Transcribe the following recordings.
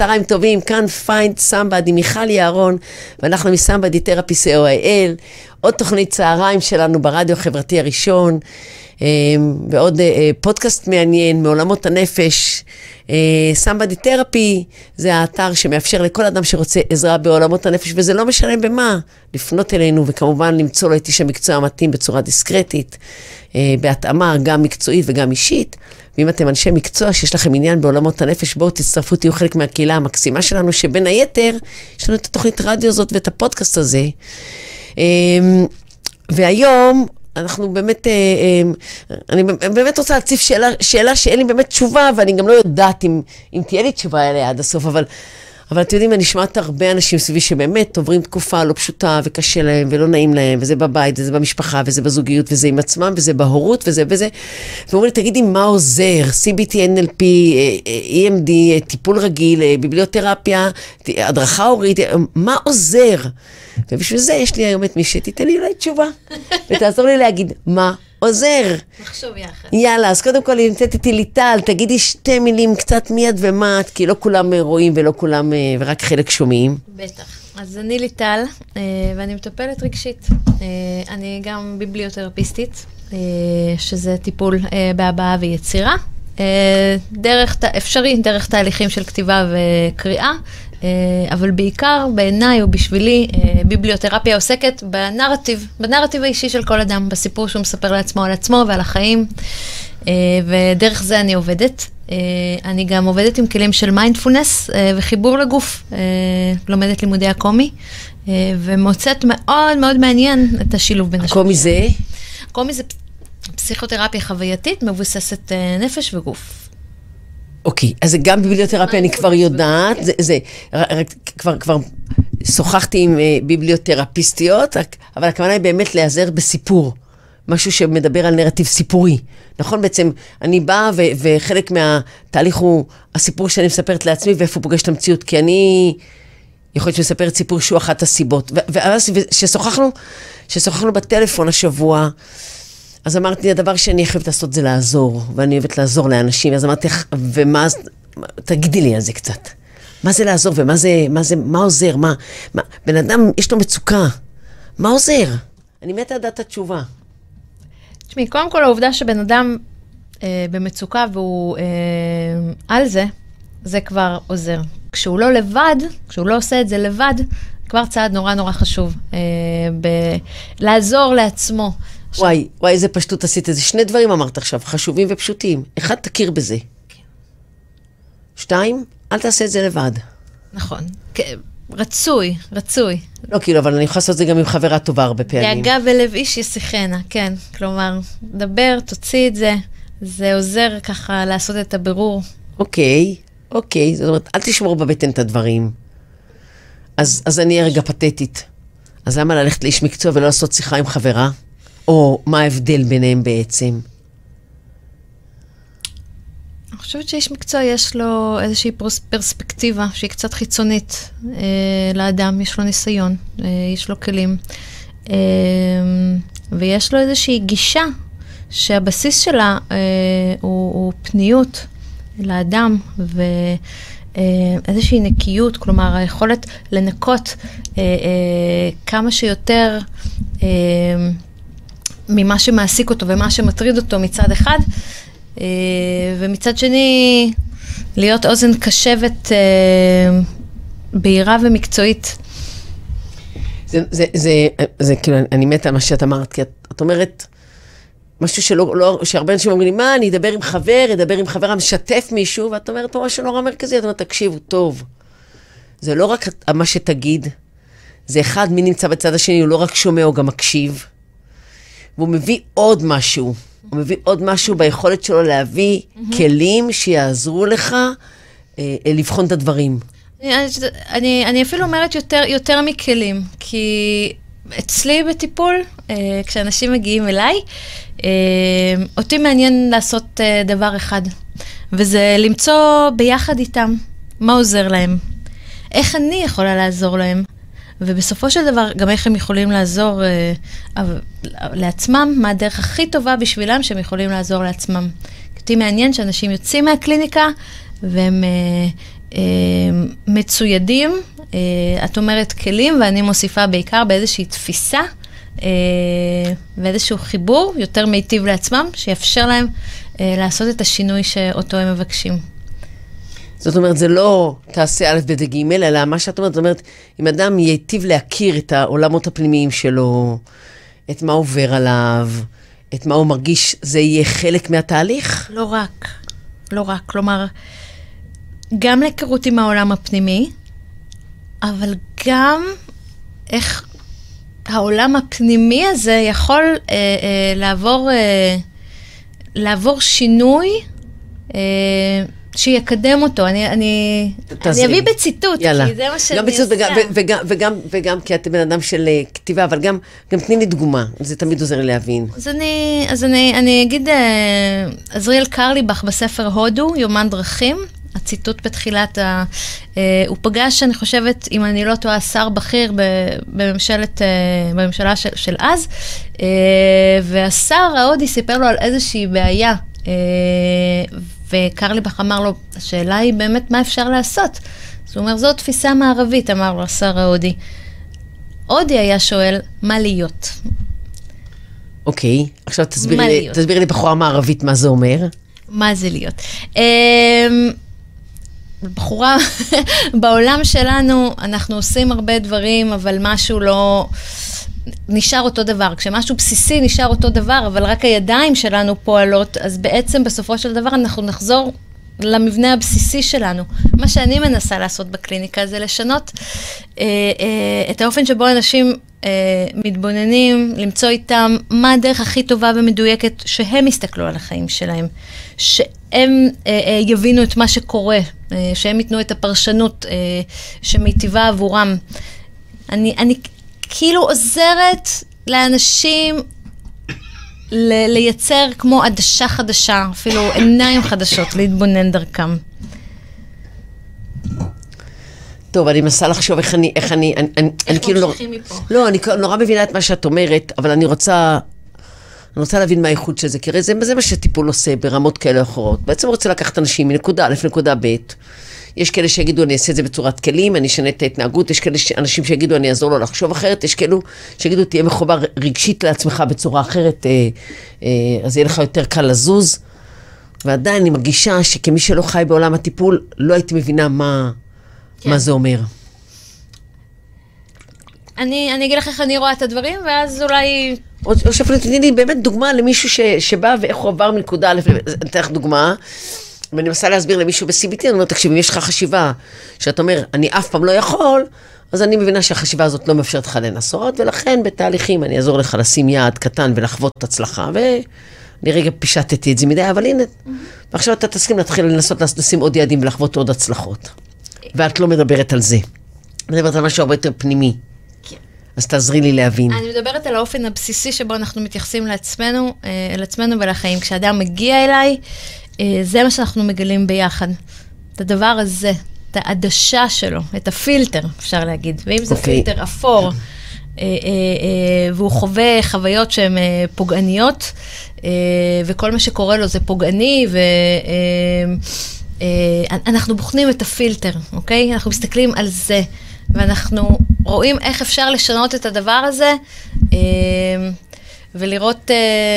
צהריים טובים, כאן Find Somebody, מיכל יערון, ואנחנו מ-Somebody Therapy co.il, עוד תוכנית צהריים שלנו ברדיו החברתי הראשון, ועוד פודקאסט מעניין מעולמות הנפש. Somebody Therapy זה האתר שמאפשר לכל אדם שרוצה עזרה בעולמות הנפש, וזה לא משנה במה, לפנות אלינו, וכמובן למצוא לו את איש המקצוע המתאים בצורה דיסקרטית, בהתאמה גם מקצועית וגם אישית. ואם אתם אנשי מקצוע שיש לכם עניין בעולמות הנפש, בואו תצטרפו, תהיו חלק מהקהילה המקסימה שלנו, שבין היתר יש לנו את התוכנית רדיו הזאת ואת הפודקאסט הזה. והיום אנחנו באמת, אני באמת רוצה להציף שאלה שאין לי באמת תשובה, ואני גם לא יודעת אם תהיה לי תשובה אליה עד הסוף, אבל אתם יודעים, אני נשמעת הרבה אנשים סביבי שבאמת עוברים תקופה לא פשוטה וקשה להם ולא נעים להם, וזה בבית, וזה במשפחה, וזה בזוגיות, וזה עם עצמם, וזה בהורות, וזה. ואומרים לי, תגידי, מה עוזר? CBT, NLP, EMD, טיפול רגיל, ביבליותרפיה, הדרכה הורית, מה עוזר? ובשביל זה יש לי היום את מי שתיתן לי אולי תשובה, ותעזור לי להגיד, מה עוזר? נחשוב יחד. יאללה, אז קודם כל נמצאת איתי ליטל, תגידי שתי מילים קצת מיד ומט, כי לא כולם רואים ולא כולם, ורק חלק שומעים. בטח. אז אני ליטל, ואני מטפלת רגשית. אני גם ביבליותרפיסטית, שזה טיפול בהבעה ויצירה. אפשרי דרך תהליכים של כתיבה וקריאה, אבל בעיקר בעיניי ובשבילי ביבליותרפיה עוסקת בנרטיב האישי של כל אדם, בסיפור שהוא מספר לעצמו על עצמו ועל החיים, ודרך זה אני עובדת. אני גם עובדת עם כלים של מיינדפולנס וחיבור לגוף, לומדת לימודי הקומי, ומוצאת מאוד מאוד מעניין את השילוב בין הקומי זה? הקומי זה פסיכותרפיה חווייתית מבוססת נפש וגוף. אוקיי, אז זה גם ביבליותרפיה, אני כבר יודעת, כבר שוחחתי עם ביבליותרפיסטיות, אבל הכוונה היא באמת להיעזר בסיפור, משהו שמדבר על נרטיב סיפורי. נכון, בעצם אני באה וחלק מהתהליך הוא הסיפור שאני מספרת לעצמי ואיפה פוגש את המציאות, כי אני יכול להיות שמספרת סיפור שהוא אחת הסיבות. ואז ששוחחנו בטלפון השבוע, אז אמרתי, הדבר שאני חייבת לעשות זה לעזור, ואני אוהבת לעזור לאנשים, אז אמרתי, ומה, תגידי לי על זה קצת. מה זה לעזור, מה עוזר, בן אדם יש לו מצוקה, מה עוזר? אני מתה לדעת את התשובה. תשמעי, קודם כל העובדה שבן אדם במצוקה והוא על זה, זה כבר עוזר. כשהוא לא לבד, כשהוא לא עושה את זה לבד, כבר צעד נורא נורא חשוב, לעזור לעצמו. וואי, איזה פשטות עשית את זה. שני דברים אמרת עכשיו, חשובים ופשוטים. אחד, תכיר בזה. שתיים, אל תעשה את זה לבד. נכון. רצוי. לא, כאילו, אבל אני יכולה לעשות את זה גם עם חברה טובה הרבה פעמים. דאגה בלב איש ישיחנה, כן. כלומר, דבר, תוציא את זה. זה עוזר ככה לעשות את הבירור. אוקיי. זאת אומרת, אל תשמור בבטן את הדברים. אז אני אהיה רגע פתטית. אז למה ללכת לאיש מקצוע ולא לעשות שיחה עם חברה? או מה ההבדל ביניהם בעצם? אני חושבת שאיש מקצוע יש לו איזושהי פרספקטיבה שהיא קצת חיצונית לאדם, יש לו ניסיון, יש לו כלים, ויש לו איזושהי גישה שהבסיס שלה הוא פניות לאדם, ואיזושהי נקיות, כלומר היכולת לנקות כמה שיותר ממה שמעסיק אותו ומה שמטריד אותו מצד אחד, ומצד שני להיות אוזן קשבת בהירה ומקצועית. זה כאילו, אני מתה על מה שאת אמרת, כי את אומרת משהו שהרבה אנשים אומרים לי, מה, אני אדבר עם חברה, משתף מישהו, ואת אומרת פה משהו נורא מרכזי, את אומרת, תקשיבו, טוב. זה לא רק מה שתגיד, זה אחד, מי נמצא בצד השני, הוא לא רק שומע, הוא גם מקשיב. והוא מביא עוד משהו. הוא מביא עוד משהו ביכולת שלו להביא כלים שיעזרו לך לבחון את הדברים. אני אפילו אומרת יותר מכלים, כי אצלי בטיפול, כשאנשים מגיעים אליי, אותי מעניין לעשות דבר אחד, וזה למצוא ביחד איתם מה עוזר להם, איך אני יכולה לעזור להם, ובסופו של דבר, גם איך הם יכולים לעזור לעצמם, מה הדרך הכי טובה בשבילם שהם יכולים לעזור לעצמם. אותי מעניין שאנשים יוצאים מהקליניקה, והם מצוידים, את אומרת כלים, ואני מוסיפה בעיקר באיזושהי תפיסה, ואיזשהו חיבור יותר מיטיב לעצמם, שיאפשר להם לעשות את השינוי שאותו הם מבקשים. זאת אומרת, זה לא תעשה א' ב' ג', אלא מה שאת אומרת, זאת אומרת, אם אדם ייטיב להכיר את העולמות הפנימיים שלו, את מה עובר עליו, את מה הוא מרגיש, זה יהיה חלק מהתהליך? לא רק, כלומר, גם להיכרות עם העולם הפנימי, אבל גם איך העולם הפנימי הזה יכול לעבור שינוי שיקדם אותו. אני אביא בציטוט, כי זה מה שאני עושה. וגם כי אתם בן אדם של כתיבה, אבל גם תני לי דוגמה, זה תמיד עוזר לי להבין. אז אני אגיד, עזריאל קרליבך בספר הודו, יומן דרכים, הציטוט בתחילת, הוא פגש, אני חושבת, אם אני לא טועה, שר בכיר בממשלה של אז, והשר ההודי סיפר לו על איזושהי בעיה, וקרליבך אמר לו, השאלה היא באמת מה אפשר לעשות. אז הוא אומר, זו תפיסה מערבית, אמר לו השר ההודי. הודי היה שואל, מה להיות? אוקיי, עכשיו תסבירי לי בחורה מערבית מה זה אומר. מה זה להיות? בחורה, בעולם שלנו אנחנו עושים הרבה דברים, אבל משהו לא נשאר אותו דבר. כשמשהו בסיסי נשאר אותו דבר, אבל רק הידיים שלנו פועלות, אז בעצם בסופו של דבר אנחנו נחזור למבנה הבסיסי שלנו. מה שאני מנסה לעשות בקליניקה זה לשנות את האופן שבו אנשים מתבוננים, למצוא איתם מה הדרך הכי טובה ומדויקת שהם יסתכלו על החיים שלהם, שהם יבינו את מה שקורה, שהם ייתנו את הפרשנות שמיטיבה עבורם. אני כאילו עוזרת לאנשים לייצר כמו עדשה חדשה, אפילו עיניים חדשות, להתבונן דרכם. טוב, אני מנסה לחשוב איך אני כאילו לא, אני נורא מבינה את מה שאת אומרת, אבל אני רוצה להבין מה האיכות של זה, כי זה מה שטיפול עושה ברמות כאלה או אחרות. בעצם רוצה לקחת אנשים מנקודה א' לנקודה ב'. יש כאלה שיגידו, אני אעשה את זה בצורת כלים, אני אשנה את ההתנהגות, יש כאלה אנשים שיגידו, אני אעזור לו לחשוב אחרת, יש כאלו שיגידו, תהיה מחובר רגשית לעצמך בצורה אחרת, אז יהיה לך יותר קל לזוז. ועדיין אני מרגישה שכמי שלא חי בעולם הטיפול, לא הייתי מבינה מה זה אומר. אני אגיד לך איך אני רואה את הדברים, ואז אולי... או שאפילו תתני לי באמת דוגמה למישהו שבא ואיך הוא עבר מנקודה א', אני אתן לך דוגמה, ואני מנסה להסביר למישהו ב-CBT, אני אומר, תקשיב, אם יש לך חשיבה שאתה אומר, אני אף פעם לא יכול, אז אני מבינה שהחשיבה הזאת לא מאפשרת לך לנסות, ולכן בתהליכים אני אעזור לך לשים יעד קטן ולחוות את הצלחה, ואני רגע פישטתי את זה מדי, אבל הנה, ועכשיו אתה תסכים להתחיל לנסות לשים עוד יעדים ולחוות עוד הצלחות. ואת לא מדברת על זה. אני מדברת על משהו הרבה יותר פנימי. אז תעזרי לי להבין. אני מדברת על האופן הבסיסי שבו אנחנו מתייחסים לעצמנו, אל עצמנו ולחיים. כשאדם מגיע אליי, זה מה שאנחנו מגלים ביחד. את הדבר הזה, את העדשה שלו, את הפילטר, אפשר להגיד. ואם זה פילטר אפור, והוא חווה חוויות שהן פוגעניות, וכל מה שקורה לו זה פוגעני, אנחנו בוחנים את הפילטר, אוקיי? אנחנו מסתכלים על זה, ואנחנו רואים איך אפשר לשנות את הדבר הזה, ולראות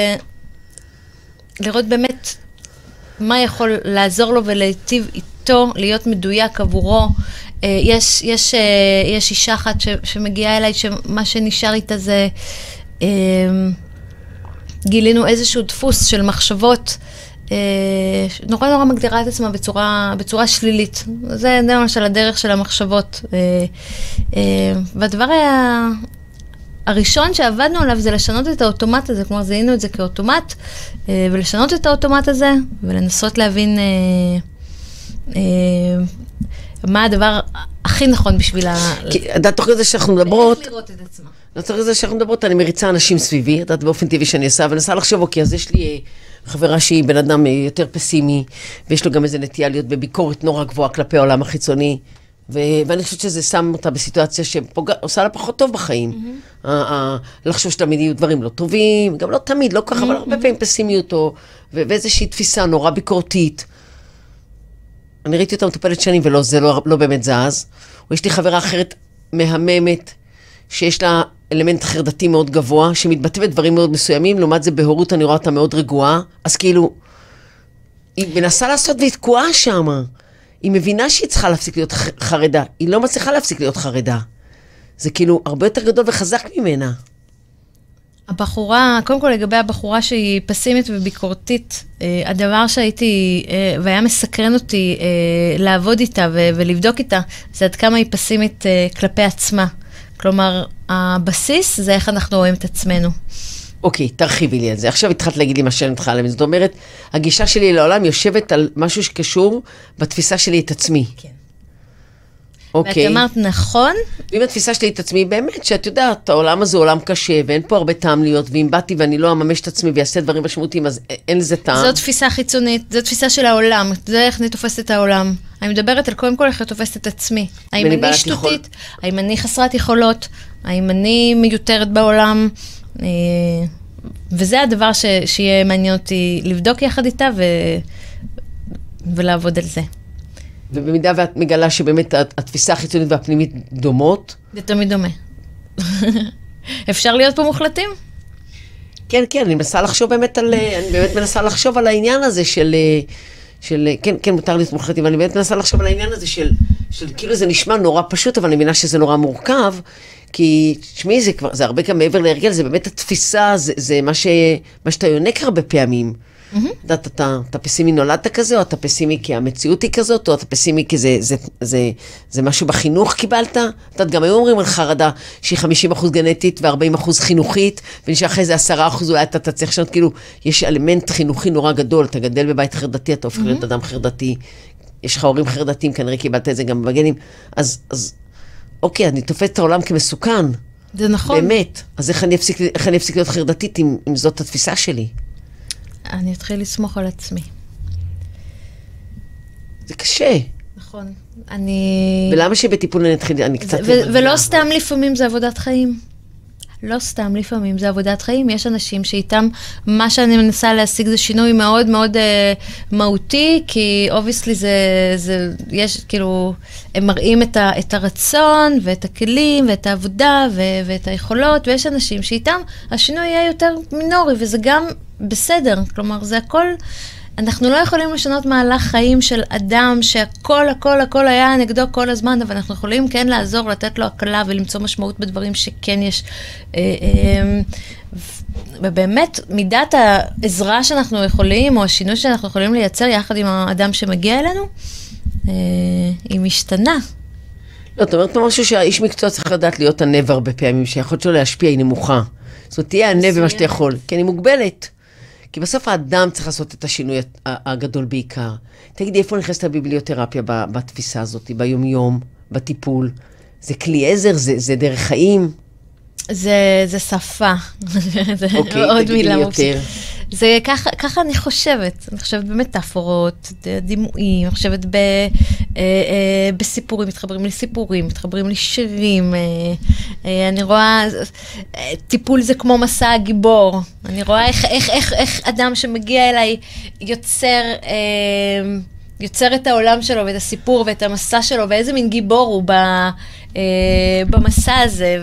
באמת מה יכול לעזור לו ולהיטיב איתו, להיות מדויק עבורו. יש אישה אחת שמגיעה אליי, שמה שנשאר איתה זה, גילינו איזשהו דפוס של מחשבות, נורא מגדירה את עצמה בצורה שלילית. זה למשל הדרך של המחשבות. והדבר הראשון שעבדנו עליו זה לשנות את האוטומט הזה, כלומר זיהינו את זה כאוטומט, ולשנות את האוטומט הזה, ולנסות להבין מה הדבר הכי נכון בשביל תוך כדי שאנחנו מדברות, איך לראות את עצמה. תוך כדי שאנחנו מדברות, אני מריצה אנשים סביבי, יודעת באופן טבעי שאני עושה, ונסה לחשוב, אוקיי, אז יש לי חברה שהיא בן אדם יותר פסימי, ויש לו גם איזו נטייה להיות בביקורת נורא גבוהה כלפי העולם החיצוני, ואני חושבת שזה שם אותה בסיטואציה שעושה לה פחות טוב בחיים. לחשוב שתמיד יהיו דברים לא טובים, גם לא תמיד, לא ככה, אבל הרבה פעמים פסימיות, ואיזושהי תפיסה נורא ביקורתית. אני ראיתי אותה מטופלת שנים, ולא, זה לא באמת זז. או יש לי חברה אחרת מהממת, שיש לה אלמנט חרדתי מאוד גבוה, שמתבטא בדברים מאוד מסוימים, לעומת זה בהורות אני רואה אותה מאוד רגועה, אז כאילו, היא מנסה לעשות והיא תקועה שם. היא מבינה שהיא צריכה להפסיק להיות חרדה, היא לא מצליחה להפסיק להיות חרדה. זה כאילו הרבה יותר גדול וחזק ממנה. הבחורה, קודם כל לגבי הבחורה שהיא פסימית וביקורתית, הדבר שהייתי, והיה מסקרן אותי לעבוד איתה ולבדוק איתה, זה עד כמה היא פסימית כלפי עצמה. כלומר, הבסיס זה איך אנחנו רואים את עצמנו. אוקיי, תרחיבי לי על זה. עכשיו התחלת להגיד לי מה שאני מתחילה עליהם. זאת אומרת, הגישה שלי לעולם יושבת על משהו שקשור בתפיסה שלי את עצמי. כן. אוקיי. ואת אמרת נכון. ואם התפיסה שלי את עצמי, באמת שאת יודעת, העולם הזה הוא עולם קשה, ואין פה הרבה טעם להיות, ואם באתי ואני לא אממש את עצמי ויעשה דברים משמעותיים, אז אין לזה טעם. זו תפיסה חיצונית, זו תפיסה של העולם, זה איך אני תופסת את העולם. אני מדברת על קודם כל איך אני תופסת את עצמי. האם אני שטותית, האם אני חסרת יכולות, האם אני מיותרת בעולם, וזה הדבר שיהיה מעניין אותי לבדוק יחד איתה ולעבוד על זה. ובמידה ואת מגלה שבאמת התפיסה החיצונית והפנימית דומות? זה תמיד דומה. אפשר להיות פה מוחלטים? כן, כן, אני מנסה לחשוב באמת אני באמת מנסה לחשוב על העניין הזה של כן, כן, מותר להיות מוחלטים, ואני באמת מנסה לחשוב על העניין הזה של כאילו זה נשמע נורא פשוט, אבל אני מבינה שזה נורא מורכב, כי, תשמעי, זה הרבה גם מעבר להרגל, זה באמת התפיסה, זה מה שאתה יונק הרבה פעמים. אתה פסימי נולדת כזה, או אתה פסימי כי המציאות היא כזאת, או אתה פסימי כי זה משהו בחינוך קיבלת. אתה גם היום אומרים על חרדה שהיא 50% גנטית ו40% חינוכית, ונשאר אחרי זה 10%, אולי אתה צריך לשנות, כאילו, יש אלמנט חינוכי נורא גדול, אתה גדל בבית חרדתי, אתה הופך להיות אדם חרדתי, יש לך הורים חרדתיים, כנראה קיבלת את זה גם בגנים, אז אוקיי, אני תופס את העולם כמסוכן. זה נכון. באמת. אז איך אני אפסיק להיות חרדתית אם זאת התפיסה שלי? אני אתחיל לסמוך על עצמי. זה קשה. נכון. ולמה שבטיפול אני קצת... ולא סתם לפעמים זה עבודת חיים. לא סתם לפעמים זה עבודת חיים. יש אנשים שאיתם מה שאני מנסה להשיג זה שינוי מאוד מאוד מהותי, כי obviously יש כאילו, הם מראים את הרצון ואת הכלים ואת העבודה ואת היכולות, ויש אנשים שאיתם השינוי יהיה יותר מינורי, וזה גם בסדר. כלומר, זה הכל... אנחנו לא יכולים לשנות מהלך חיים של אדם הכל היה נגדו כל הזמן, אבל אנחנו יכולים כן לעזור, לתת לו הקלה ולמצוא משמעות בדברים שכן יש. ובאמת, מידת העזרה שאנחנו יכולים, או השינוי שאנחנו יכולים לייצר יחד עם האדם שמגיע אלינו, היא משתנה. לא, זאת אומרת פה משהו שהאיש מקצוע צריך לדעת להיות ענב הרבה פעמים, שהיכולת שלו להשפיע היא נמוכה. זאת אומרת, תהיה ענב במה שאתה יכול, כי אני מוגבלת. כי בסוף האדם צריך לעשות את השינוי הגדול בעיקר. תגידי, איפה נכנסת הביבליותרפיה בתפיסה הזאת, ביום-יום, בטיפול? זה כלי עזר? זה דרך חיים? זה שפה. זה עוד מילה מופסית. זה ככה אני חושבת. אני חושבת במטאפורות, דימויים, אני חושבת בסיפורים, מתחברים לסיפורים, מתחברים לשירים. אני רואה, טיפול זה כמו מסע הגיבור. אני רואה איך אדם שמגיע אליי יוצר את העולם שלו ואת הסיפור ואת המסע שלו, ואיזה מין גיבור הוא במסע הזה,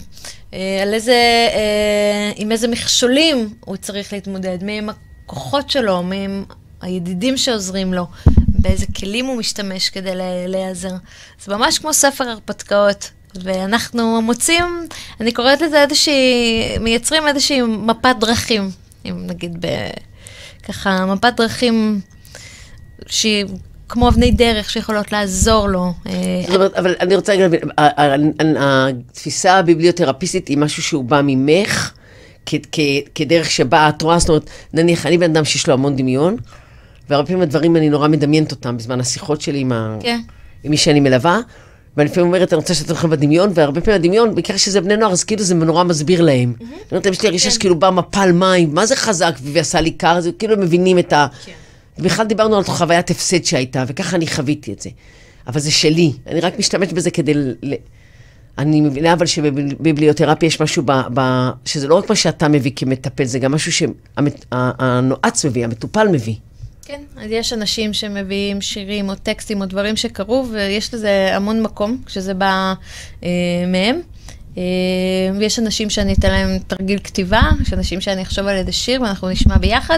עם איזה מכשולים הוא צריך להתמודד, מהם הכוחות שלו, מהם הידידים שעוזרים לו, באיזה כלים הוא משתמש כדי להיעזר. זה ממש כמו ספר הרפתקאות, ואנחנו מוצאים, אני קוראת לזה מייצרים איזושהי מפת דרכים, אם נגיד ככה, מפת דרכים שהיא כמו אבני דרך שיכולות לעזור לו. אבל אני רוצה להגיד, התפיסה הביבליותרפיסטית היא משהו שהוא בא ממך, כדרך שבה את רואה, זאת אומרת, נניח, אני בן אדם שיש לו המון דמיון, והרבה פעמים הדברים אני נורא מדמיינת אותם, בזמן השיחות שלי עם מי שאני מלווה, ואני לפעמים אומרת, אני רוצה שאתה לכם בדמיון, והרבה פעמים הדמיון, בעיקר שזה בני נוער, אז כאילו זה נורא מסביר להם. אני אומרת להם, יש לי הרגשה שכאילו בא מפל מים, מה זה חזק, ועשה לי קר, זה כאילו מבינים את ה... ובכלל דיברנו על חוויית הפסד שהייתה, וככה אני חוויתי את זה. אבל זה שלי. אני רק משתמש בזה כדי... אני מבינה אבל שבביבליותרפיה יש משהו שזה לא רק מה שאתה מביא כמטפל, זה גם משהו שהנועץ מביא, המטופל מביא. כן, אז יש אנשים שמביאים שירים או טקסטים או דברים שקרו, ויש לזה המון מקום כשזה בא מהם. ויש אנשים שאני אתן להם תרגיל כתיבה, יש אנשים שאני אחשוב על איזה שיר ואנחנו נשמע ביחד,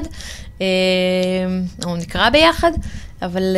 או נקרא ביחד, אבל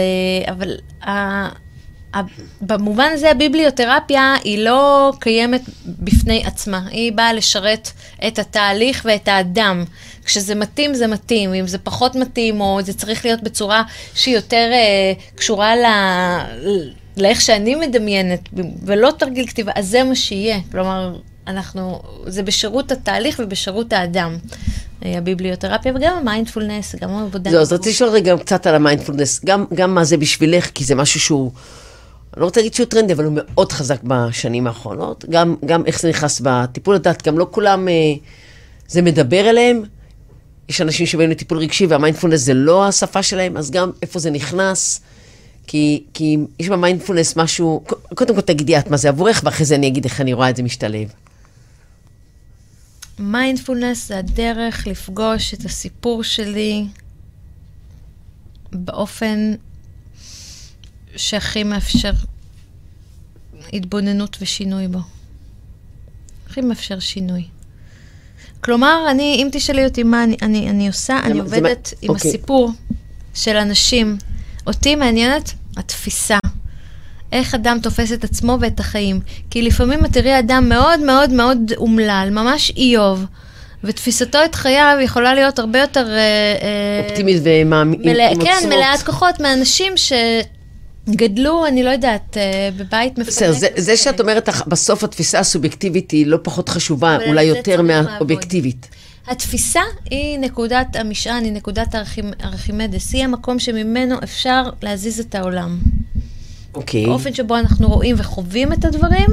במובן הזה הביבליותרפיה היא לא קיימת בפני עצמה, היא באה לשרת את התהליך ואת האדם. כשזה מתאים זה מתאים, אם זה פחות מתאים או זה צריך להיות בצורה שהיא יותר קשורה לאיך שאני מדמיינת, ולא תרגיל כתיבה, אז זה מה שיהיה. כלומר, זה בשירות התהליך ובשירות האדם. הביבליותרפיה וגם המיינדפולנס, גם העבודה. אז רציתי לשאול רגע קצת על המיינדפולנס, גם מה זה בשבילך, כי זה משהו שהוא, אני לא רוצה להגיד שהוא טרנדי, אבל הוא מאוד חזק בשנים האחרונות, גם איך זה נכנס בטיפול הדת, גם לא כולם זה מדבר אליהם, יש אנשים שבאים לטיפול רגשי, והמיינדפולנס זה לא השפה שלהם, אז גם איפה זה נכנס, כי יש במיינדפולנס משהו, קודם כל תגידי את מה זה עבורך, ואחרי זה אני אגיד איך אני רואה את זה משתלב. מיינדפולנס זה הדרך לפגוש את הסיפור שלי באופן שהכי מאפשר התבוננות ושינוי בו. הכי מאפשר שינוי. כלומר, אם תשאלי אותי מה אני עושה, אני עובדת עם הסיפור של אנשים. אותי מעניינת התפיסה. איך אדם תופס את עצמו ואת החיים. כי לפעמים את תראי אדם מאוד מאוד מאוד אומלל, ממש איוב, ותפיסתו את חייו יכולה להיות הרבה יותר אופטימית ועם כן, מלאת כוחות מאנשים שגדלו, אני לא יודעת, בבית מפנק. זה שאת אומרת, בסוף התפיסה הסובייקטיבית היא לא פחות חשובה, אולי יותר מהאובייקטיבית. התפיסה היא נקודת המשען, היא נקודת ארכימדס, היא המקום שממנו אפשר להזיז את העולם. באופן שבו אנחנו רואים וחווים את הדברים,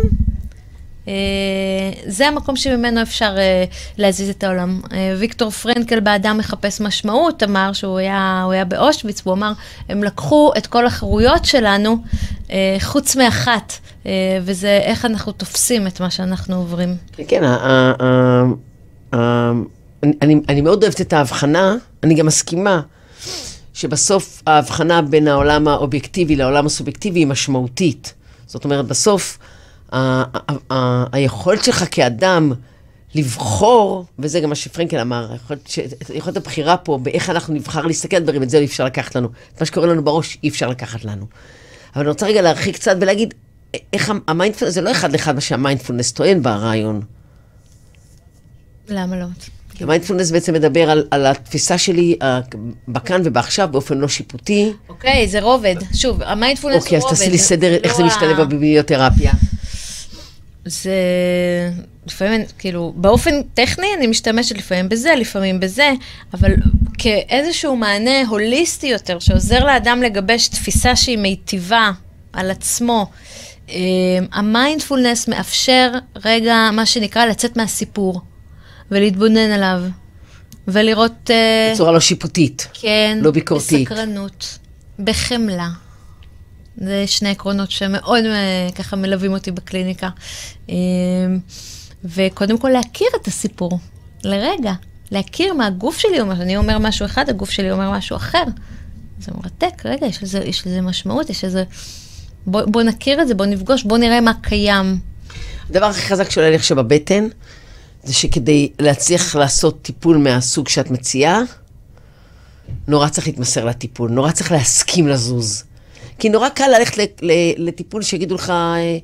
זה המקום שממנו אפשר להזיז את העולם. ויקטור פרנקל באדם מחפש משמעות, אמר שהוא היה באושוויץ, והוא אמר, הם לקחו את כל החירויות שלנו, חוץ מאחת, וזה איך אנחנו תופסים את מה שאנחנו עוברים. כן, אני מאוד אוהבת את ההבחנה, אני גם מסכימה, שבסוף ההבחנה בין העולם האובייקטיבי לעולם הסובייקטיבי היא משמעותית. זאת אומרת, בסוף היכולת שלך כאדם לבחור, וזה גם מה שפרנקל אמר, יכולת הבחירה פה באיך אנחנו נבחר להסתכל על דברים, את זה אי אפשר לקחת לנו. את מה שקורה לנו בראש אי אפשר לקחת לנו. אבל אני רוצה רגע להרחיק קצת ולהגיד, איך המיינדפולנס, זה לא אחד לאחד מה שהמיינדפולנס טוען ברעיון. למה לא? המיינדפולנס בעצם מדבר על התפיסה שלי בכאן ובעכשיו באופן לא שיפוטי. אוקיי, זה רובד. שוב, המיינדפולנס הוא רובד. אוקיי, אז תעשי לי סדר איך זה משתלב בביבליותרפיה. זה לפעמים, כאילו, באופן טכני אני משתמשת לפעמים בזה, לפעמים בזה, אבל כאיזשהו מענה הוליסטי יותר, שעוזר לאדם לגבש תפיסה שהיא מיטיבה על עצמו, המיינדפולנס מאפשר רגע, מה שנקרא, לצאת מהסיפור. ולהתבונן עליו, ולראות... בצורה לא שיפוטית, כן, לא ביקורתית. בסקרנות, בחמלה. זה שני עקרונות שמאוד ככה מלווים אותי בקליניקה. וקודם כל להכיר את הסיפור, לרגע. להכיר מה הגוף שלי אומר, אני אומר משהו אחד, הגוף שלי אומר משהו אחר. זה מרתק, רגע, יש לזה משמעות, יש לזה... בוא נכיר את זה, בוא נפגוש, בוא נראה מה קיים. הדבר הכי חזק שעולה לך שבבטן, זה שכדי להצליח לעשות טיפול מהסוג שאת מציעה, נורא צריך להתמסר לטיפול, נורא צריך להסכים לזוז. כי נורא קל ללכת לטיפול שיגידו לך,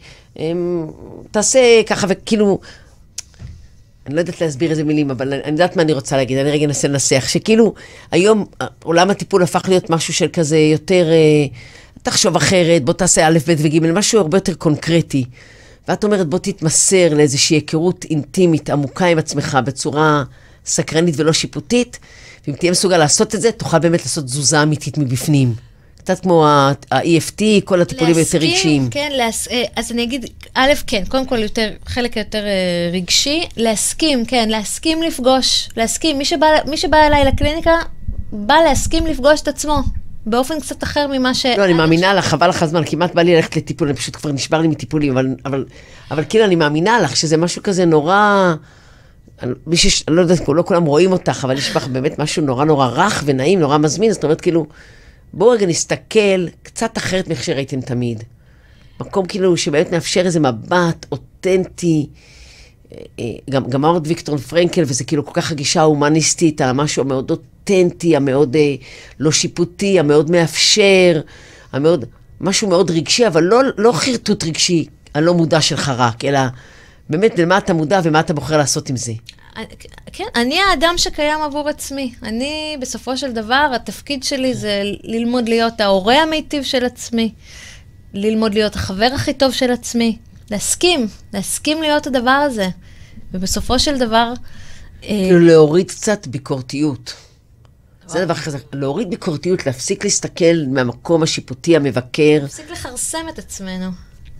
תעשה ככה וכאילו, אני לא יודעת להסביר איזה מילים, אבל אני יודעת מה אני רוצה להגיד, אני רגע אנסה לנסח, שכאילו היום עולם הטיפול הפך להיות משהו של כזה יותר, תחשוב אחרת, בוא תעשה א', ב' וג', משהו הרבה יותר קונקרטי. ואת אומרת, בוא תתמסר לאיזושהי היכרות אינטימית, עמוקה עם עצמך, בצורה סקרנית ולא שיפוטית, ואם תהיה מסוגל לעשות את זה, תוכל באמת לעשות תזוזה אמיתית מבפנים. קצת כמו ה-EFT, כל הטיפולים יותר רגשיים. כן, אז אני אגיד, א', כן, קודם כל חלק יותר רגשי, להסכים, כן, להסכים לפגוש, להסכים, מי שבא אליי לקליניקה, בא להסכים לפגוש את עצמו. באופן קצת אחר ממה ש... לא, אני מאמינה לך, חבל לך הזמן, כמעט בא לי ללכת לטיפול, אני פשוט כבר נשבר לי מטיפולים, אבל כאילו אני מאמינה לך שזה משהו כזה נורא, אני לא יודעת, לא כולם רואים אותך, אבל יש לך באמת משהו נורא נורא רך ונעים, נורא מזמין, זאת אומרת כאילו, בואו רגע נסתכל קצת אחרת מאיך שראיתם תמיד. מקום כאילו שבאמת מאפשר איזה מבט אותנטי, גם אמר את ויקטור פרנקל, וזה כאילו כל כך הגישה ההומניסטית, על משהו המאוד אותנטי, המאוד לא שיפוטי, המאוד מאפשר, משהו מאוד רגשי, אבל לא חרטוט רגשי, הלא מודע שלך רק, אלא באמת למה אתה מודע ומה אתה בוחר לעשות עם זה. כן, אני האדם שקיים עבור עצמי. אני, בסופו של דבר, התפקיד שלי זה ללמוד להיות ההורה המיטיב של עצמי, ללמוד להיות החבר הכי טוב של עצמי, להסכים להיות הדבר הזה. ובסופו של דבר... כאילו להוריד קצת ביקורתיות. זה דבר חזק. להוריד ביקורתיות, להפסיק להסתכל מהמקום השיפוטי, המבקר. להפסיק לחרסם את עצמנו.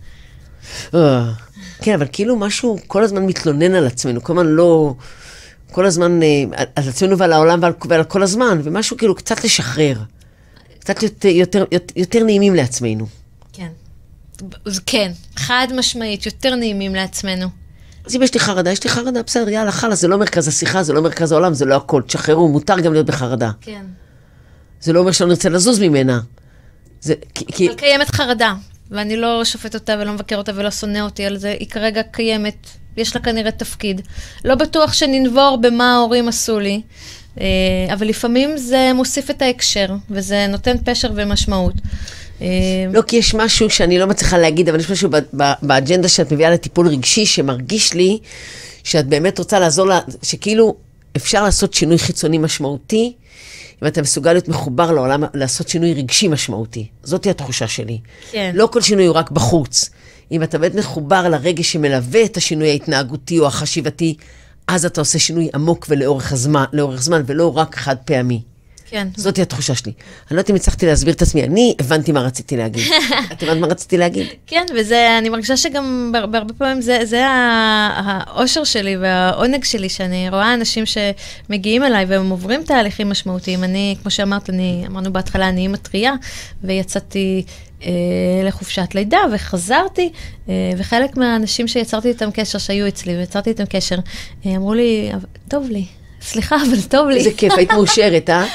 כן, אבל כאילו משהו כל הזמן מתלונן על עצמנו, כל הזמן על עצמנו ועל העולם ועל כל הזמן, ומשהו כאילו קצת לשחרר. קצת יותר נעימים לעצמנו. כן. כן, חד משמעית, יותר נעימים לעצמנו. אז אם יש לי חרדה, בסדר, יאללה, חלה, זה לא מרכז השיחה, זה לא מרכז העולם, זה לא הכל, תשחררו, מותר גם להיות בחרדה. כן. זה לא אומר שלא נרצה לזוז ממנה. אבל קיימת חרדה, ואני לא שופט אותה ולא מבקר אותה ולא שונא אותי על זה, היא כרגע קיימת, יש לה כנראה תפקיד. לא בטוח שננבור במה ההורים עשו לי, אבל לפעמים זה מוסיף את ההקשר, וזה נותן פשר ומשמעות. לא, כי יש משהו שאני לא מצליחה להגיד, אבל יש משהו באג'נדה שאת מביאה לטיפול רגשי, שמרגיש לי שאת באמת רוצה לעזור לה, שכאילו אפשר לעשות שינוי חיצוני משמעותי, אם אתה מסוגל להיות מחובר לעולם, לעשות שינוי רגשי משמעותי. זאת היא התחושה שלי. כן. לא כל שינוי הוא רק בחוץ. אם אתה באמת מחובר לרגש שמלווה את השינוי ההתנהגותי או החשיבתי, אז אתה עושה שינוי עמוק ולאורך זמן, ולא רק חד פעמי. כן. זאת היא התחושה שלי. אני לא יודעת אם הצלחתי להסביר את עצמי, אני הבנתי מה רציתי להגיד. את הבנת מה רציתי להגיד? כן, וזה, אני מרגישה שגם בהרבה פעמים זה האושר שלי והעונג שלי, שאני רואה אנשים שמגיעים אליי והם עוברים תהליכים משמעותיים. אני, כמו שאמרת, אמרנו בהתחלה, אני אימא טרייה, ויצאתי לחופשת לידה, וחזרתי, וחלק מהאנשים שיצרתי איתם קשר, שהיו אצלי, ויצרתי איתם קשר, אמרו לי, טוב לי. סליחה, אבל טוב לי. איזה כיף, היית מאושרת, אה?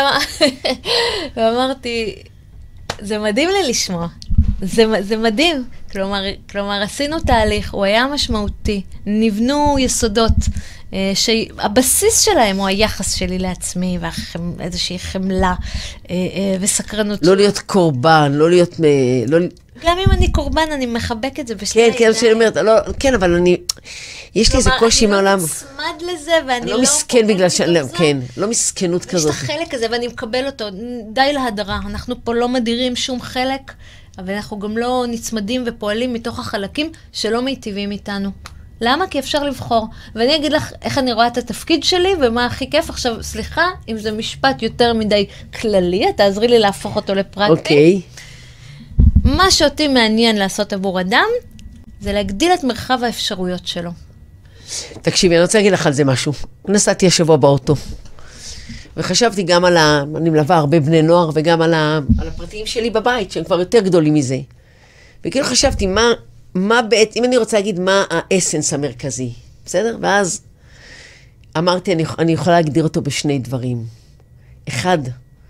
ואמרתי, זה מדהים לי לשמוע. זה מדהים. כלומר, עשינו תהליך, הוא היה משמעותי. נבנו יסודות, שהבסיס שלהם הוא היחס שלי לעצמי, ואיזושהי חמלה וסקרנות. לא להיות קורבן, לא להיות... גם אם אני קורבן, אני מחבק את זה בשתי ידיים. כן, שאני אומרת, כן, אבל יש לי איזה קושי מעולם. אני לא מצמד לזה, ואני לא מסכן בגלל כן, לא מסכנות כזאת. יש את החלק הזה, ואני מקבל אותו, די להדרה. אנחנו פה לא מדירים שום חלק, אבל אנחנו גם לא נצמדים ופועלים מתוך החלקים שלא מיטיבים איתנו. למה? כי אפשר לבחור. ואני אגיד לך איך אני רואה את התפקיד שלי, ומה הכי כיף. עכשיו, סליחה, אם זה משפט יותר מדי כללי, אתה עזרי לי להפוך אותו לפרקטי. אוקיי. מה שאותי מעניין לעשות עבור אדם, זה להגדיל את מרחב האפשרויות שלו. תקשיבי, אני רוצה להגיד לך על זה משהו. נסעתי השבוע באוטו, וחשבתי גם אני מלווה הרבה בני נוער, וגם על הפרטיים שלי בבית, שהם כבר יותר גדולים מזה. וכאילו חשבתי, מה בעצם, אם אני רוצה להגיד מה האסנס המרכזי, בסדר? ואז אמרתי, אני יכולה להגדיר אותו בשני דברים. אחד,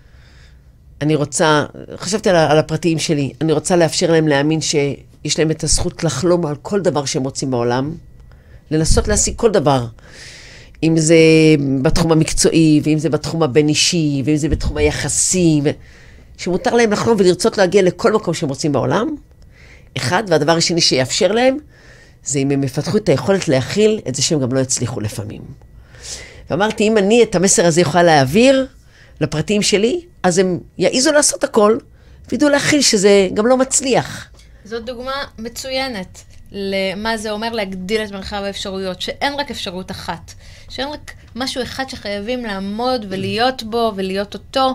חשבתי על הפרטיים שלי, אני רוצה לאפשר להם להאמין שיש להם את הזכות לחלום על כל דבר שהם רוצים בעולם, לנסות להשיג כל דבר, אם זה בתחום המקצועי, ואם זה בתחום הבין-אישי, ואם זה בתחום היחסי, שמותר להם לחלום ולרצות להגיע לכל מקום שהם רוצים בעולם. אחד, והדבר השני שיאפשר להם, זה אם הם יפתחו את היכולת להכיל את זה שהם גם לא יצליחו לפעמים. ואמרתי, אם אני את המסר הזה יכולה להעביר לפרטיים שלי, אז הם יעיזו לעשות הכל, וידעו להכיל שזה גם לא מצליח. זאת דוגמה מצוינת למה זה אומר להגדיל את מרחב האפשרויות, שאין רק אפשרות אחת, שאין רק משהו אחד שחייבים לעמוד ולהיות בו ולהיות אותו,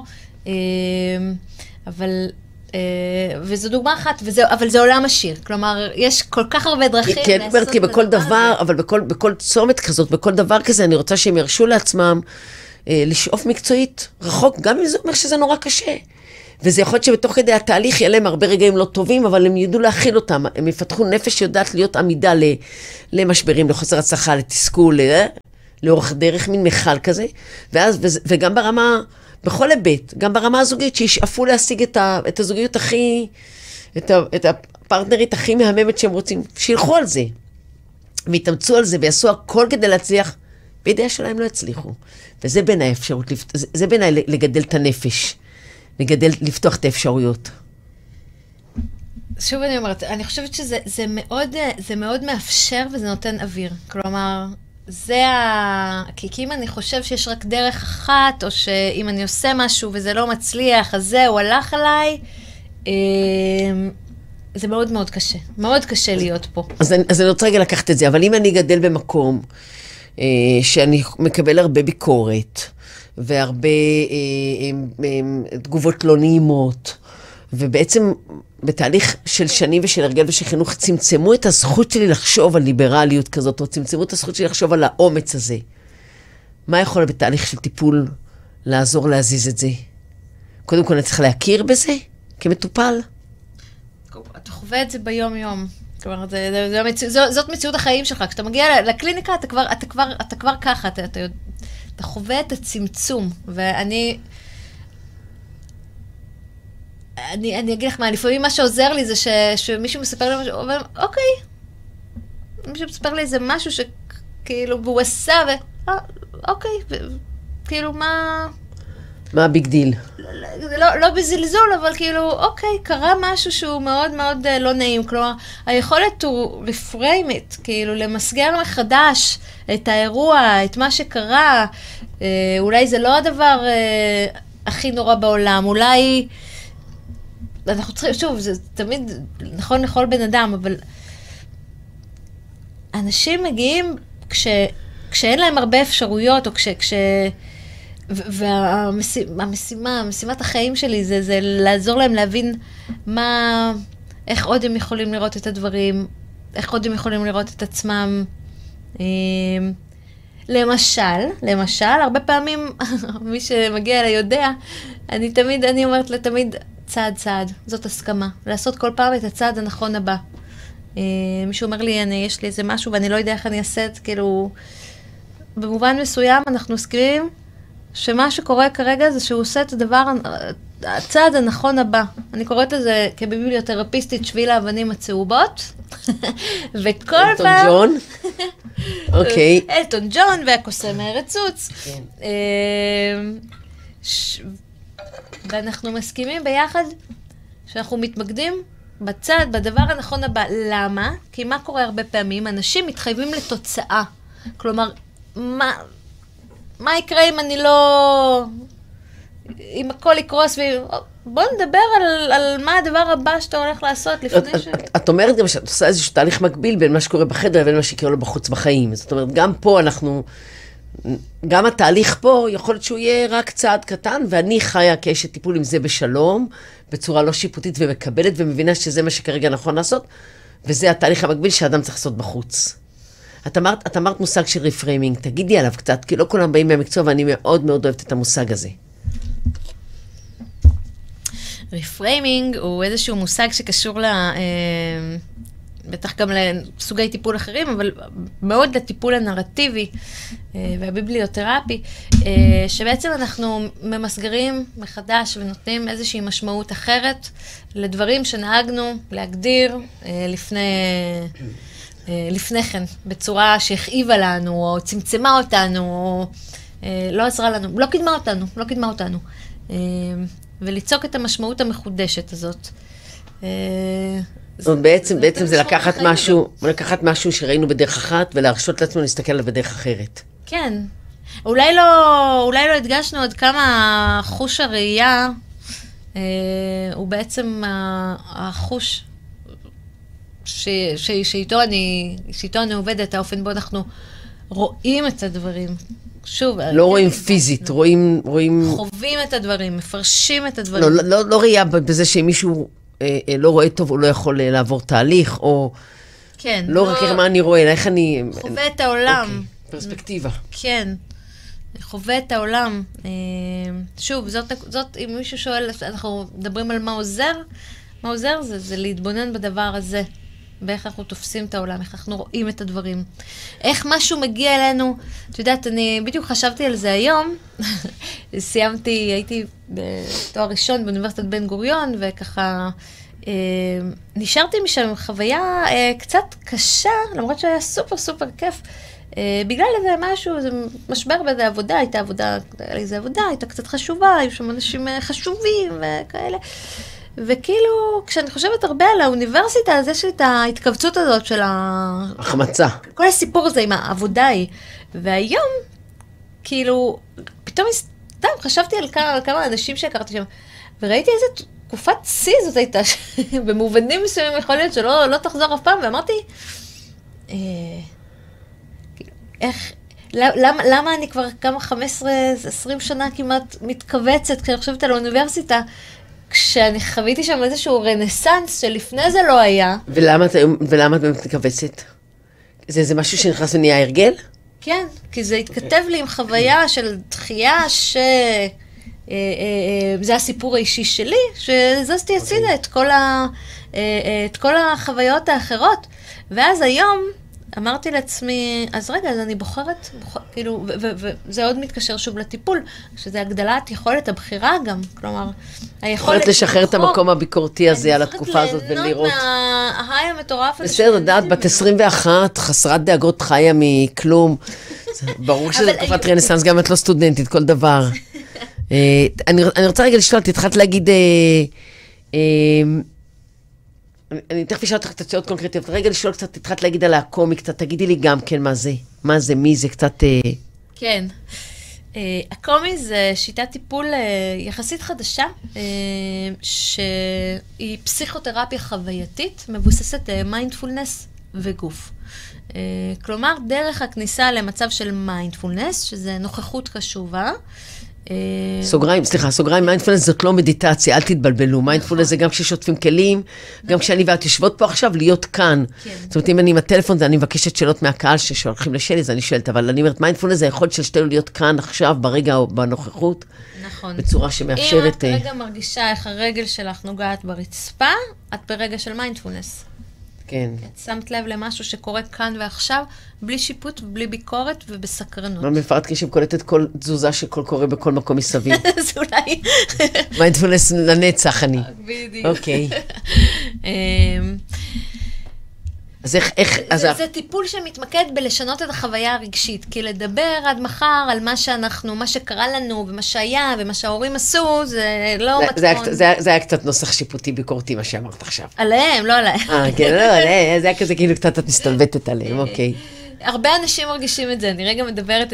וזו דוגמה אחת, אבל זה עולם עשיר. כלומר, יש כל כך הרבה דרכים לעשות את הדבר הזה. כן, בכל דבר, אבל בכל צומת כזאת, בכל דבר כזה, אני רוצה שהם ירשו לעצמם לשאוף מקצועית רחוק, גם אם זה אומר שזה נורא קשה. וזה יכול להיות שבתוך כדי התהליך יהיה להם הרבה רגעים לא טובים, אבל הם ידעו להכיל אותם. הם יפתחו נפש שיודעת להיות עמידה למשברים, לחוסר הצלחה, לתסכול, לאורך דרך, מין מחל כזה, וגם ברמה, בכל היבט, גם ברמה הזוגית, שישאפו להשיג את הזוגיות הכי, את הפרטנרית הכי מהממת שהם רוצים, שילכו על זה, ויתאמצו על זה, ויעשו הכל כדי להצליח, בידיעה שלהם לא יצליחו. וזה בעיניי אפשרות, זה בעיניי לגדל את הנפש, לפתוח את האפשרויות. שוב אני אומרת, אני חושבת שזה מאוד מאפשר וזה נותן אוויר. כלומר, כי אם אני חושב שיש רק דרך אחת, או שאם אני עושה משהו וזה לא מצליח, אז זהו, הלך עליי, זה מאוד מאוד קשה. מאוד קשה להיות פה. אז אני רוצה רגע לקחת את זה, אבל אם אני גדל במקום, שאני מקבל הרבה ביקורת, והרבה תגובות לא נעימות, ובעצם בתהליך של שנים ושל הרגל ושל חינוך, צמצמו את הזכות שלי לחשוב על ליברליות כזאת, או צמצמו את הזכות שלי לחשוב על האומץ הזה. מה יכול בתהליך של טיפול לעזור להזיז את זה? קודם כל אני צריך להכיר בזה כמטופל. אתה חווה את זה ביום-יום. כלומר, זאת מציאות החיים שלך. כשאתה מגיע לקליניקה, אתה כבר ככה, אתה חווה את הצמצום. ואני אגיד לך מה, לפעמים מה שעוזר לי זה שמישהו מספר לי משהו, אבל אוקיי, מישהו מספר לי איזה משהו שכאילו, והוא עשה, אוקיי, כאילו מה הביג דיל? לא בזלזול, אבל כאילו, אוקיי, קרה משהו שהוא מאוד מאוד לא נעים. כלומר, היכולת הוא לפריים את, כאילו, למסגר מחדש את האירוע, את מה שקרה. אולי זה לא הדבר הכי נורא בעולם, אולי אנחנו צריכים, שוב, זה תמיד נכון לכל בן אדם, אבל אנשים מגיעים כשאין להם הרבה אפשרויות, או משימת החיים שלי זה לעזור להם להבין איך עוד הם יכולים לראות את הדברים, איך עוד הם יכולים לראות את עצמם. למשל, הרבה פעמים, מי שמגיע אליי יודע, אני אומרת לה תמיד, צעד, זאת הסכמה. לעשות כל פעם את הצעד הנכון הבא. מישהו אומר לי, יש לי איזה משהו ואני לא יודע איך אני אעשה את, כאילו, במובן מסוים אנחנו מסכימים שמה שקורה כרגע זה שהוא עושה את הצעד הנכון הבא. אני קוראת לזה כביבליותרפיסטית שביל האבנים הצהובות. וכל פעם... אלטון ג'ון? אוקיי. אלטון ג'ון והקוסם הרצוץ. ואנחנו מסכימים ביחד שאנחנו מתמקדים בדבר הנכון הבא. למה? כי מה קורה הרבה פעמים? אנשים מתחייבים לתוצאה. כלומר, מה יקרה אם אני לא... אם הכל יקרוס בוא נדבר על מה הדבר הבא שאתה הולך לעשות לפני ש... את אומרת גם שאת עושה איזשהו תהליך מקביל בין מה שקורה בחדר לבין מה שקורה לו בחוץ בחיים. זאת אומרת, גם פה גם התהליך פה יכול להיות שהוא יהיה רק צעד קטן, ואני חיה כאשת טיפול עם זה בשלום, בצורה לא שיפוטית ומקבלת, ומבינה שזה מה שכרגע נכון לעשות, וזה התהליך המקביל שאדם צריך לעשות בחוץ. את אמרת מושג של רפריימינג, תגידי עליו קצת, כי לא כולם באים מהמקצוע, ואני מאוד מאוד אוהבת את המושג הזה. רפריימינג הוא איזשהו מושג שקשור בטח גם לסוגי טיפול אחרים, אבל מאוד לטיפול הנרטיבי והביבליותרפי, שבעצם אנחנו ממסגרים מחדש ונותנים איזושהי משמעות אחרת לדברים שנהגנו להגדיר לפני כן, בצורה שהכאיבה לנו, או צמצמה אותנו, או לא עזרה לנו, לא קידמה אותנו. וליצוק את המשמעות המחודשת הזאת. בעצם זה לקחת משהו שראינו בדרך אחת, ולהרשות לעצמו להסתכל עליו בדרך אחרת. כן. אולי לא הדגשנו עד כמה חוש הראייה הוא בעצם החוש שאיתו אני עובדת, האופן בו אנחנו רואים את הדברים. שוב, לא רואים פיזית, רואים... חווים את הדברים, מפרשים את הדברים. לא ראייה בזה שמישהו לא רואה טוב, הוא לא יכול לעבור תהליך, או... כן. לא רק מה אני רואה, אלא איך אני... חווה את העולם. פרספקטיבה. כן. חווה את העולם. שוב, זאת, אם מישהו שואל, אנחנו מדברים על מה עוזר? מה עוזר זה להתבונן בדבר הזה. באיך אנחנו תופסים את העולם, איך אנחנו רואים את הדברים. איך משהו מגיע אלינו. את יודעת, אני בדיוק חשבתי על זה היום. הייתי בתואר ראשון באוניברסיטת בן גוריון, וככה נשארתי משם עם חוויה קצת קשה, למרות שהיה סופר סופר כיף. בגלל איזה משהו, זה משבר באיזה עבודה, הייתה עבודה, הייתה קצת חשובה, היו שם אנשים חשובים וכאלה. וכאילו, כשאני חושבת הרבה על האוניברסיטה, אז יש לי את ההתכווצות הזאת של החמצה. כל הסיפור הזה עם העבודה היא. והיום, כאילו, פתאום חשבתי על כמה אנשים שהכרתי שם, וראיתי איזה תקופת שיא זאת הייתה, במובנים מסוימים יכול להיות שלא תחזור אף פעם, ואמרתי, למה אני כבר כמה 15-20 שנה כמעט מתכווצת, כשאני חושבת על האוניברסיטה, כשאני חוויתי שם איזשהו רנסנס שלפני זה לא היה. ולמה את מתכווצת? זה משהו שנכנס ונהיה הרגל? כן, כי זה התכתב לי עם חוויה של דחייה זה הסיפור האישי שלי, שזזתי הצידה את כל החוויות האחרות. ואז היום אמרתי לעצמי, אז רגע, אז אני בוחרת, כאילו, וזה עוד מתקשר שוב לטיפול, שזה הגדלת יכולת הבחירה גם, כלומר, יכולת לשחרר את המקום הביקורתי הזה על התקופה הזאת ולראות. ליהנות מההיי המטורף הזה. בסדר, דעת, בת 21, חסרת דאגות חיה מכלום. ברור שזה תקופת רנסנס, גם את לא סטודנטית, כל דבר. אני רוצה רגע לשאול, התחלת להגיד, אני תכף אשאל אותך קצת שאלות קונקרטיות, רגע לשאול קצת, התחלת להגיד על הקומי קצת, תגידי לי גם כן מה זה, מי זה קצת... כן, הקומי זה שיטת טיפול יחסית חדשה, שהיא פסיכותרפיה חווייתית, מבוססת מיינדפולנס וגוף. כלומר, דרך הכניסה למצב של מיינדפולנס, שזה נוכחות קשובה, סוגריים, מיינדפולנס זאת לא מדיטציה, אל תתבלבלו, מיינדפולנס זה גם כששוטפים כלים, גם כשאני ואת יושבות פה עכשיו, להיות כאן. זאת אומרת, אם אני עם הטלפון, אני מבקשת שאלות מהקהל ששולחים לשלי, אז אני שואלת, אבל אני אומרת, מיינדפולנס זה היכולת של שתינו להיות כאן עכשיו, ברגע או בנוכחות, בצורה שמאפשרת... אם את רגע מרגישה איך הרגל שלך נוגעת ברצפה, את ברגע של מיינדפולנס. כן. את שמת לב למשהו שקורה כאן ועכשיו, בלי שיפוט ובלי ביקורת ובסקרנות. מה מפרט כשם קולטת כל תזוזה שכל קורה בכל מקום מסביב? אז אולי... מיינדפולנס לנצח אני. בדיוק. אוקיי. אז איך... זה טיפול שמתמקד בלשנות את החוויה הרגשית, כי לדבר עד מחר על מה שקרה לנו, ומה שהיה, ומה שההורים עשו, זה לא מתכון. זה היה קצת נוסח שיפוטי ביקורתי, מה שאמרת עכשיו. עליהם, לא עליהם. כן, לא עליהם, זה היה כזה כאילו קצת את מסתלבטת עליהם, אוקיי. הרבה אנשים מרגישים את זה, אני רגע מדברת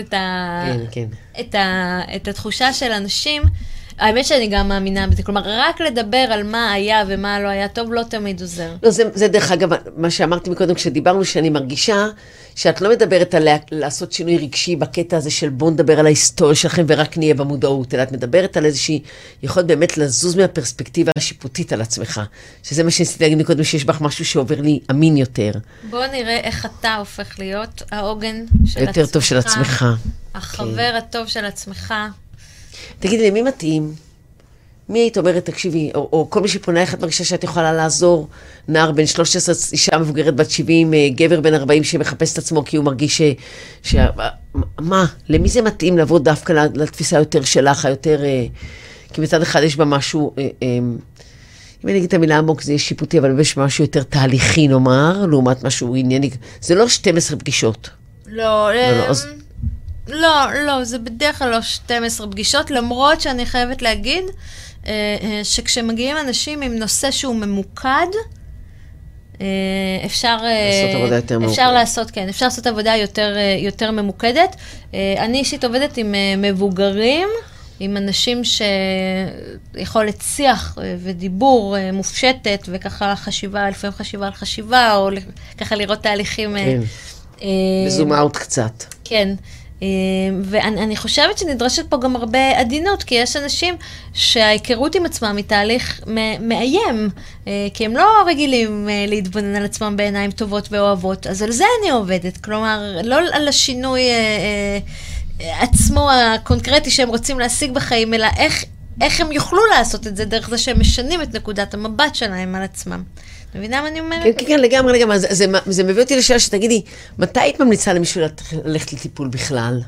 את התחושה של אנשים, האמת שאני גם מאמינה בזה, כלומר, רק לדבר על מה היה ומה לא היה טוב, לא תמיד עוזר. לא, זה דרך אגב, מה שאמרתי מקודם, כשדיברנו שאני מרגישה, שאת לא מדברת על לעשות שינוי רגשי בקטע הזה של בוא נדבר על ההיסטוריה שלכם ורק נהיה במודעות, אלא את מדברת על איזושהי יכולת באמת לזוז מהפרספקטיבה השיפוטית על עצמך, שזה מה שניסיתי להגיד מקודם, שיש בך משהו שעובר לי אמין יותר. בוא נראה איך אתה הופך להיות העוגן של יותר טוב של עצמך. החבר הטוב של עצמך. תגידי, למי מתאים? מי היית אומרת, תקשיבי, או כל מי שפונה איך את מרגישה שאת יכולה לעזור, נער בן 13, אישה מבוגרת בת 70, גבר בן 40 שמחפש את עצמו כי הוא מרגיש מה? למי זה מתאים לבוא דווקא לתפיסה יותר שלך, היותר... כי מצד אחד יש בה משהו, אם אני אגיד את המילה עמוק זה שיפוטי, אבל יש משהו יותר תהליכי נאמר, לעומת משהו ענייני. זה לא 12 פגישות. לא, זה בדרך כלל לא 12 פגישות, למרות שאני חייבת להגיד שכשמגיעים אנשים עם נושא שהוא ממוקד, אפשר לעשות עבודה יותר ממוקדת. אני אישית עובדת עם מבוגרים, עם אנשים שיכולת שיח ודיבור מופשטת, וככה לפעמים חשיבה על חשיבה, או ככה לראות תהליכים... בזום אאוט קצת. כן. ואני חושבת שנדרשת פה גם הרבה עדינות, כי יש אנשים שההיכרות עם עצמם היא תהליך מאיים, כי הם לא רגילים להתבונן על עצמם בעיניים טובות ואוהבות, אז על זה אני עובדת, כלומר, לא על השינוי עצמו הקונקרטי שהם רוצים להשיג בחיים, אלא איך הם יוכלו לעשות את זה דרך זה שהם משנים את נקודת המבט שלהם על עצמם. מבינה מה אני אומרת? כן, כן, כן, לגמרי. זה מביא אותי לשאלה שתגידי, מתי היית ממליצה למישהו ללכת לטיפול בכלל?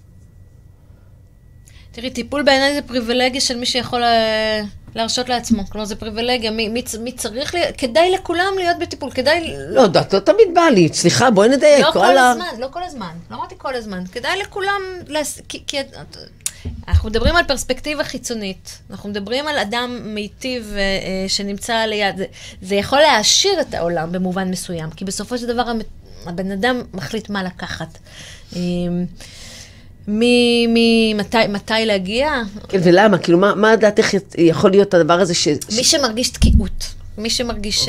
תראי, טיפול בעיניי זה פריבילגיה של מי שיכול להרשות לעצמו. כלומר, זה פריבילגיה. מי צריך, כדאי לכולם להיות בטיפול, כדאי... לא, לא תמיד בא לי. סליחה, בואי נדייק. לא כל הזמן, לא כל הזמן. לא אמרתי כל הזמן. כדאי לכולם, כי אנחנו מדברים על פרספקטיבה חיצונית. אנחנו מדברים על אדם מיטיב שנמצא ליד. זה יכול להעשיר את העולם במובן מסוים, כי בסופו של דבר הבן אדם מחליט מה לקחת. מתי להגיע? כן, ולמה? כאילו, מה דעתך יכול להיות הדבר הזה מי שמרגיש תקיעות, מי שמרגיש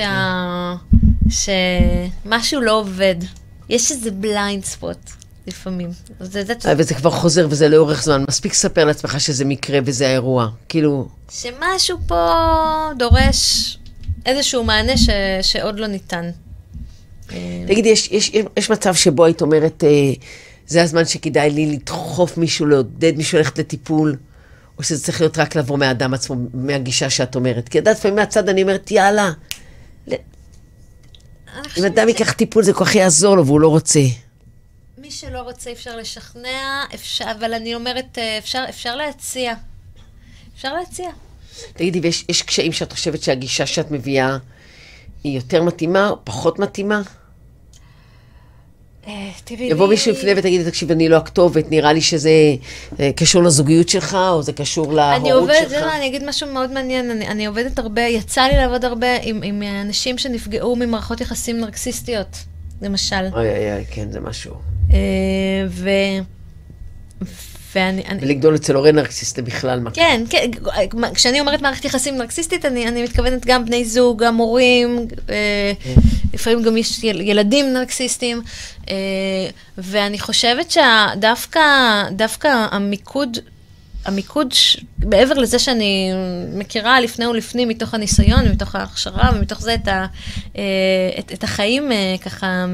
שמשהו לא עובד. יש איזה בליינד ספוט לפעמים. וזה כבר חוזר וזה לאורך זמן. מספיק ספר לעצמך שזה מקרה וזה האירוע. כאילו... שמשהו פה דורש איזשהו מענה שעוד לא ניתן. תגידי, יש מצב שבו היית אומרת... זה הזמן שכדאי לי לדחוף מישהו, לעודד מישהו ללכת לטיפול, או שזה צריך להיות רק לבוא מהאדם עצמו, מהגישה שאת אומרת. כי יודעת, לפעמים מהצד אני אומרת, יאללה, אם אדם ייקח טיפול, זה כל כך יעזור לו, והוא לא רוצה. מי שלא רוצה אפשר לשכנע, אבל אני אומרת, אפשר להציע. אפשר להציע. תגידי, ויש קשיים שאת חושבת שהגישה שאת מביאה היא יותר מתאימה, או פחות מתאימה? יבוא מישהו לפני ותגיד, תקשיב, אני לא הכתובת, נראה לי שזה קשור לזוגיות שלך, או זה קשור להורות שלך. אני אגיד משהו מאוד מעניין, אני עובדת הרבה, יצא לי לעבוד הרבה עם אנשים שנפגעו ממערכות יחסים נרקסיסטיות, למשל. אוי, כן, זה משהו. ולגדול אצל הורה נרקסיסט בכלל. כן, כשאני אומרת מערכת יחסים נרקסיסטית, אני מתכוונת גם בני זוג, גם הורים, לפעמים גם יש ילדים נרקסיסטים, ואני חושבת שדווקא המיקוד, מעבר לזה שאני מכירה לפני ולפנים מתוך הניסיון, מתוך ההכשרה, ומתוך זה את החיים ככה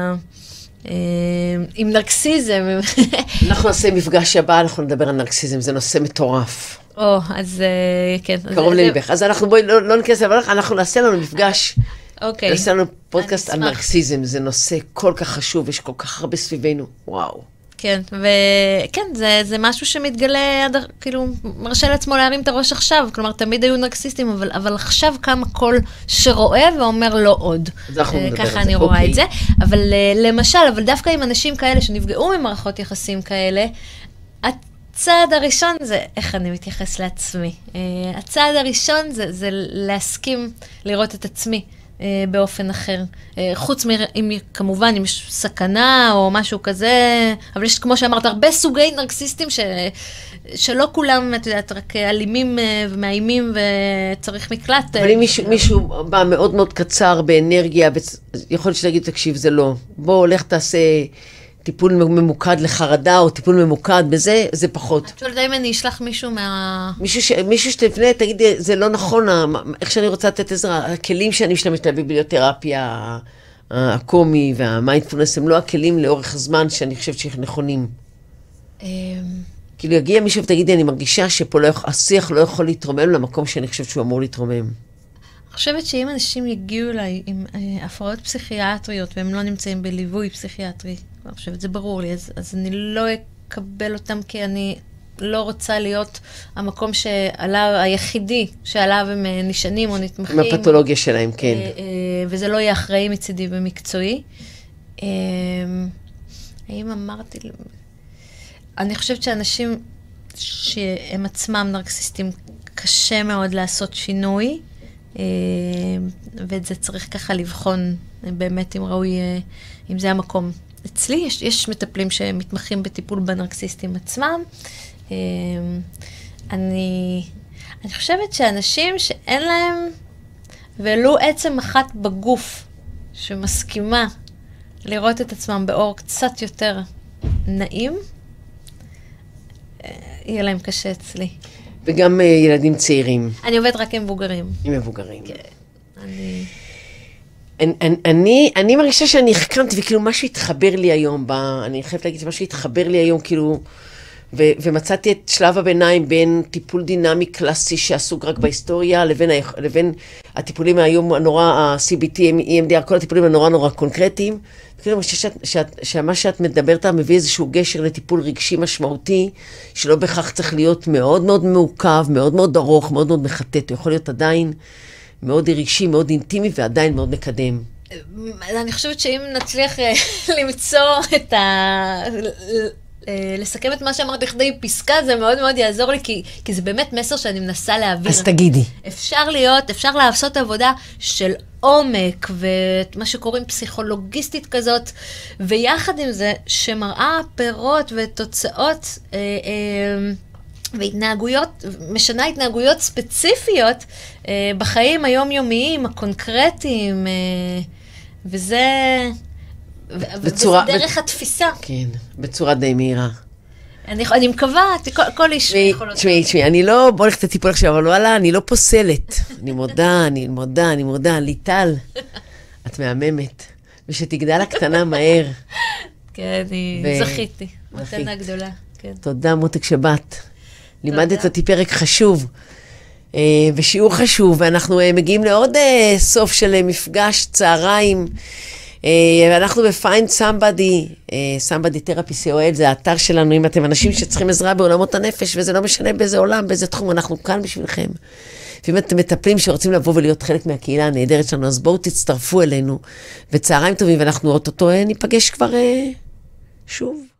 עם נרקסיזם. אנחנו נעשה מפגש הבא, אנחנו נדבר על נרקסיזם, זה נושא מטורף. אז כן. קרוב לליבך. אז אנחנו בואי, לא ניכנס לברך, אנחנו נעשה לנו מפגש, נעשה לנו פודקאסט על נרקסיזם, זה נושא כל כך חשוב, יש כל כך הרבה סביבנו, וואו. כן, וכן, זה משהו שמתגלה, כאילו, מרשה לעצמו להרים את הראש עכשיו, כלומר, תמיד היו נרקסיסטים, אבל עכשיו קם הכל שרואה ואומר לא עוד. ככה אני רואה את זה. אבל למשל, אבל דווקא עם אנשים כאלה שנפגעו ממערכות יחסים כאלה, הצעד הראשון זה איך אני מתייחס לעצמי. הצעד הראשון זה להסכים לראות את עצמי. באופן אחר. חוץ כמובן, אם יש סכנה או משהו כזה, אבל יש, כמו שאמרת, הרבה סוגי נרקסיסטים שלא כולם, את יודעת, רק אלימים ומאיימים וצריך מקלט. אבל אם מישהו בא מאוד מאוד קצר באנרגיה, יכול להיות שתגיד, תקשיב, זה לא. בוא, הולך תעשה טיפול ממוקד לחרדה, או טיפול ממוקד בזה, זה פחות. את שואלת אם אני אשלח מישהו מישהו שתפנה, תגידי, זה לא נכון, איך שאני רוצה לתת עזרה, הכלים שאני משתמשת בביבליותרפיה, הקומי והמיינדפולנס, הם לא הכלים לאורך הזמן שאני חושבת שהם נכונים. כאילו יגיע מישהו ותגידי, אני מרגישה שפה השיח לא יכול להתרומם למקום שאני חושבת שהוא אמור להתרומם. אני חושבת שאם אנשים יגיעו אליי עם הפרעות פסיכיאטריות, והם לא נמצאים בליווי פסיכיאטרי, אני חושבת, זה ברור לי, אז אני לא אקבל אותם, כי אני לא רוצה להיות המקום היחידי שעליו הם נשענים או נתמכים. עם הפתולוגיה שלהם, כן. וזה לא יהיה אחראי מצידי ומקצועי. האם אמרתי... אני חושבת שאנשים שהם עצמם נרקסיסטים, קשה מאוד לעשות שינוי, ואת זה צריך ככה לבחון באמת אם ראוי, אם זה המקום. אצלי יש מטפלים שמתמחים בטיפול בנרקסיסטים עצמם. אני חושבת שאנשים שאין להם ולו עצם אחת בגוף שמסכימה לראות את עצמם באור קצת יותר נעים, יהיה להם קשה אצלי. וגם ילדים צעירים. אני עובדת רק עם מבוגרים. עם מבוגרים. כן. אני מרגישה שאני החכמתי, וכאילו משהו התחבר לי היום, אני חייבת להגיד שמשהו התחבר לי היום, כאילו, ומצאתי את שלב הביניים בין טיפול דינמי קלאסי שעסוק רק בהיסטוריה, לבין הטיפולים היום הנורא, ה-CBT, EMDR, כל הטיפולים הנורא קונקרטיים. כאילו, שמה שאת מדברת מביא איזשהו גשר לטיפול רגשי משמעותי, שלא בכך צריך להיות מאוד מאוד מעוקב, מאוד מאוד ארוך, מאוד מאוד מחטט. הוא יכול להיות עדיין מאוד רגשי, מאוד אינטימי, ועדיין מאוד מקדם. אני חושבת שאם נצליח למצוא את לסכם את מה שאמרת לכדי פסקה, זה מאוד מאוד יעזור לי, כי זה באמת מסר שאני מנסה להעביר. אז תגידי. אפשר לעשות עבודה של עומק, ומה שקוראים פסיכולוגיסטית כזאת, ויחד עם זה, שמראה פירות ותוצאות, והתנהגויות, משנה התנהגויות ספציפיות, בחיים היומיומיים, הקונקרטיים, וזה... וזה דרך התפיסה. כן, בצורה די מהירה. אני מקווה, כל איש יכול להיות. תשמעי, אני לא, בוא נלך את הטיפול עכשיו, אבל וואלה, אני לא פוסלת. אני מודה, ליטל, את מהממת. ושתגדל הקטנה מהר. כן, זכיתי. מתנה גדולה. תודה, מותק שבאת. לימדת אותי פרק חשוב. ושיעור חשוב, ואנחנו מגיעים לעוד סוף של מפגש צהריים. אנחנו ב-Find Somebody Therapy COL, זה האתר שלנו, אם אתם אנשים שצריכים עזרה בעולמות הנפש, וזה לא משנה באיזה עולם, באיזה תחום, אנחנו כאן בשבילכם. ואם אתם מטפלים שרוצים לבוא ולהיות חלק מהקהילה הנהדרת שלנו, אז בואו תצטרפו אלינו, וצהריים טובים, ואנחנו אוטוטו ניפגש כבר שוב.